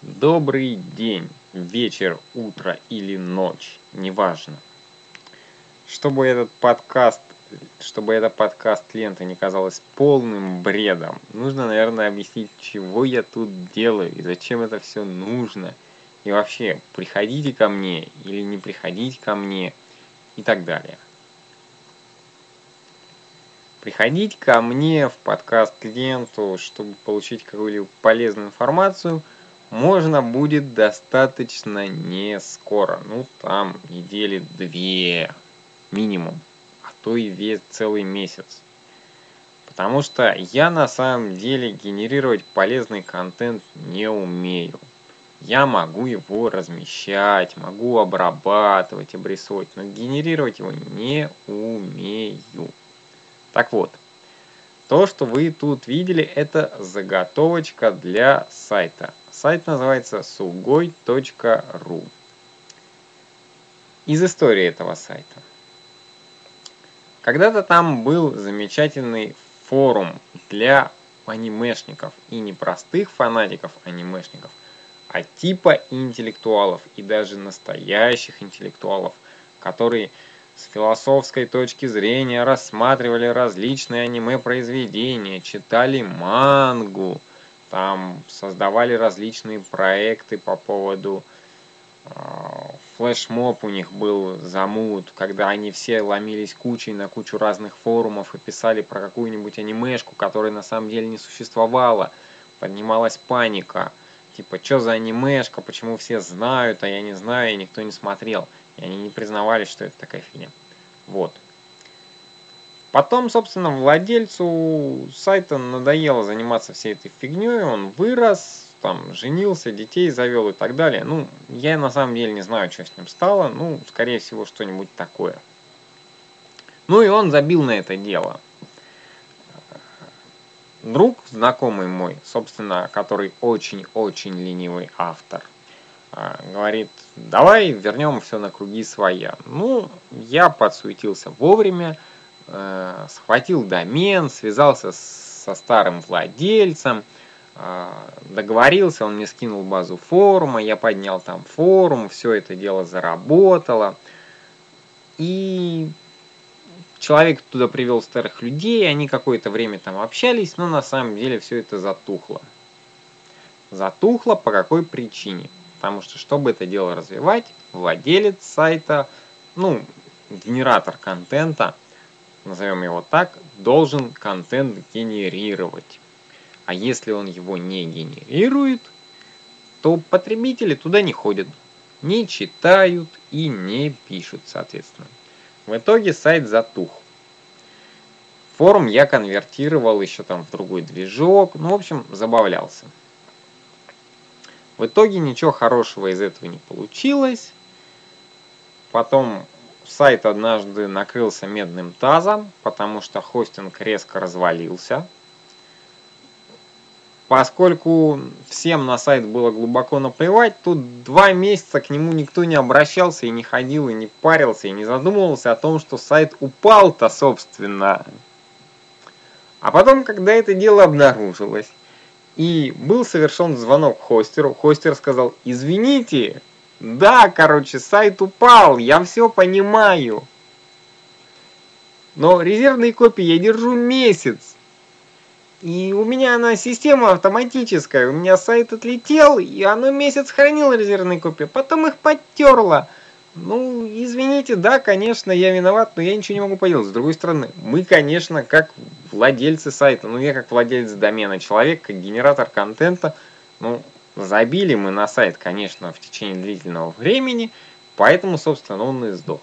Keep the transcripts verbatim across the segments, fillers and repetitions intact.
Добрый день, вечер, утро или ночь, неважно. Чтобы этот подкаст, чтобы эта подкаст-лента не казалась полным бредом, нужно, наверное, объяснить, чего я тут делаю и зачем это все нужно. И вообще, приходите ко мне или не приходите ко мне и так далее. Приходить ко мне в подкаст-ленту, чтобы получить какую-либо полезную информацию, можно будет достаточно не скоро. Ну, там недели две минимум, а то и весь целый месяц. Потому что я на самом деле генерировать полезный контент не умею. Я могу его размещать, могу обрабатывать, обрисовывать, но генерировать его не умею. Так вот, то, что вы тут видели, это заготовочка для сайта. Сайт называется сугой точка ру. Из истории этого сайта. Когда-то там был замечательный форум для анимешников. И не простых фанатиков анимешников, а типа интеллектуалов и даже настоящих интеллектуалов, которые с философской точки зрения рассматривали различные аниме-произведения, читали мангу, там создавали различные проекты по поводу э, флешмоб у них был замут, когда они все ломились кучей на кучу разных форумов и писали про какую-нибудь анимешку, которая на самом деле не существовала. Поднималась паника. Типа, что за анимешка, почему все знают, а я не знаю, и никто не смотрел. И они не признавались, что это такая фигня. Вот. Потом, собственно, владельцу сайта надоело заниматься всей этой фигней. Он вырос, там, женился, детей завел и так далее. Ну, я на самом деле не знаю, что с ним стало. Ну, скорее всего, что-нибудь такое. Ну, и он забил на это дело. Друг, знакомый мой, собственно, который очень-очень ленивый автор, говорит, давай вернем все на круги своя. Ну, я подсуетился вовремя, э, схватил домен, связался с, со старым владельцем, э, договорился, он мне скинул базу форума, я поднял там форум, все это дело заработало. И человек туда привел старых людей, они какое-то время там общались, но на самом деле все это затухло. Затухло по какой причине? Потому что, чтобы это дело развивать, владелец сайта, ну, генератор контента, назовем его так, должен контент генерировать. А если он его не генерирует, то потребители туда не ходят, не читают и не пишут, соответственно. В итоге сайт затух. Форум я конвертировал еще там в другой движок, ну, в общем, забавлялся. В итоге ничего хорошего из этого не получилось. Потом сайт однажды накрылся медным тазом, потому что хостинг резко развалился. Поскольку всем на сайт было глубоко наплевать, тут два месяца к нему никто не обращался и не ходил, и не парился, и не задумывался о том, что сайт упал-то, собственно. А потом, когда это дело обнаружилось, и был совершен звонок хостеру. Хостер сказал, извините, да, короче, сайт упал, я все понимаю. Но резервные копии я держу месяц. И у меня она система автоматическая. У меня сайт отлетел, и оно месяц хранило резервные копии. Потом их подтерло. Ну, извините, да, конечно, я виноват, но я ничего не могу поделать. С другой стороны, мы, конечно, как владельцы сайта, ну, я как владелец домена, человек, как генератор контента, ну, забили мы на сайт, конечно, в течение длительного времени, поэтому, собственно, он и сдох.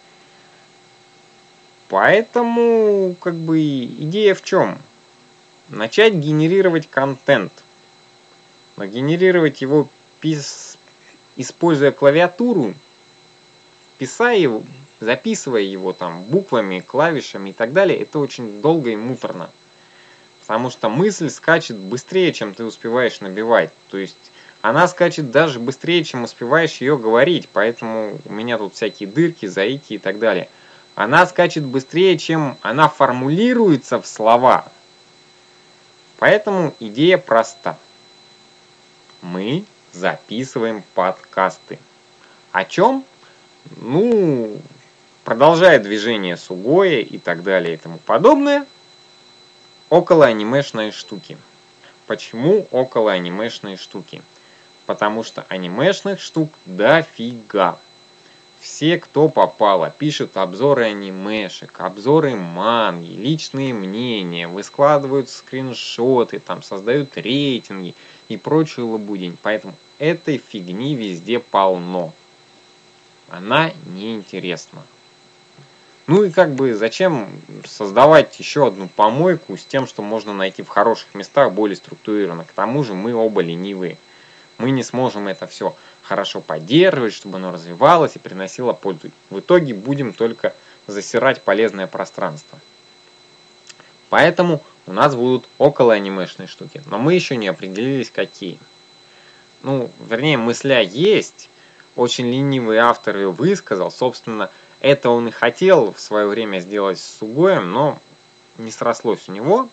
Поэтому, как бы, идея в чем? Начать генерировать контент. Но генерировать его, используя клавиатуру, писая его, записывая его там буквами, клавишами и так далее, это очень долго и муторно. Потому что мысль скачет быстрее, чем ты успеваешь набивать. То есть она скачет даже быстрее, чем успеваешь ее говорить. Поэтому у меня тут всякие дырки, заики и так далее. Она скачет быстрее, чем она формулируется в слова. Поэтому идея проста. Мы записываем подкасты. О чем? Ну, продолжая движение Сугоя и так далее и тому подобное, около анимешные штуки. Почему около анимешные штуки? Потому что анимешных штук дофига. Все, кто попало, пишут обзоры анимешек, обзоры манги, личные мнения, выкладывают скриншоты, там создают рейтинги и прочую лабудень. Поэтому этой фигни везде полно. Она неинтересна. Ну и как бы зачем создавать еще одну помойку с тем, что можно найти в хороших местах более структурированно. К тому же мы оба ленивые. Мы не сможем это все хорошо поддерживать, чтобы оно развивалось и приносило пользу. В итоге будем только засирать полезное пространство. Поэтому у нас будут около анимешные штуки. Но мы еще не определились, какие. Ну, вернее, мысля есть. Очень ленивый автор ее высказал. Собственно, это он и хотел в свое время сделать с Сугоем, но не срослось у него.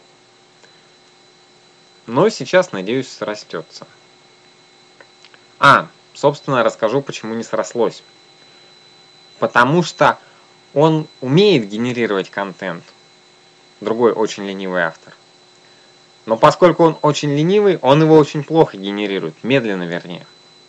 Но сейчас, надеюсь, срастется. А, собственно, расскажу, почему не срослось. Потому что он умеет генерировать контент. Другой очень ленивый автор. Но поскольку он очень ленивый, он его очень плохо генерирует. Медленно, вернее.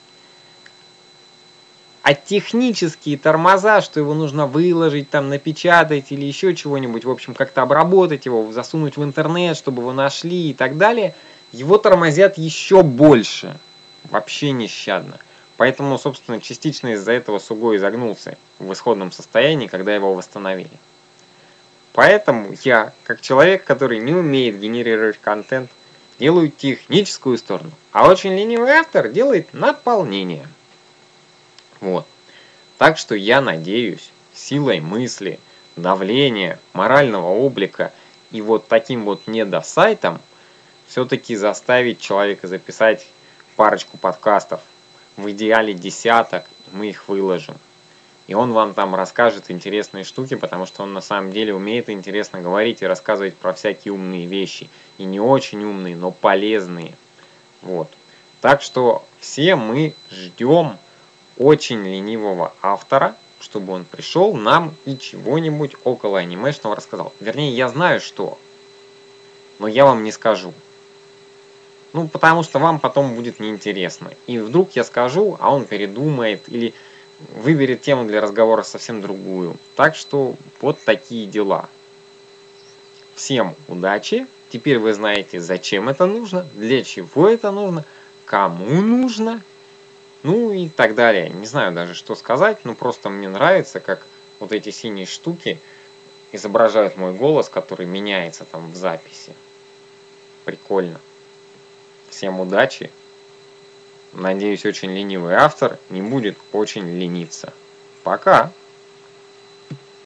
А технические тормоза, что его нужно выложить, там, напечатать или еще чего-нибудь, в общем, как-то обработать его, засунуть в интернет, чтобы его нашли и так далее, его тормозят еще больше. Вообще нещадно. Поэтому, собственно, частично из-за этого Сугой загнулся в исходном состоянии, когда его восстановили. Поэтому я, как человек, который не умеет генерировать контент, делаю техническую сторону. А очень ленивый автор делает наполнение. Вот. Так что я надеюсь, силой мысли, давления, морального облика и вот таким вот недосайтом все-таки заставить человека записать парочку подкастов, в идеале десяток, мы их выложим. И он вам там расскажет интересные штуки, потому что он на самом деле умеет интересно говорить и рассказывать про всякие умные вещи. И не очень умные, но полезные. Вот. Так что все мы ждем очень ленивого автора, чтобы он пришел нам и чего-нибудь около анимешного рассказал. Вернее, я знаю что, но я вам не скажу. Ну, потому что вам потом будет неинтересно. И вдруг я скажу, а он передумает или выберет тему для разговора совсем другую. Так что вот такие дела. Всем удачи. Теперь вы знаете, зачем это нужно, для чего это нужно, кому нужно, ну и так далее. Не знаю даже, что сказать, но просто мне нравится, как вот эти синие штуки изображают мой голос, который меняется там в записи. Прикольно. Всем удачи. Надеюсь, очень ленивый автор не будет очень лениться. Пока!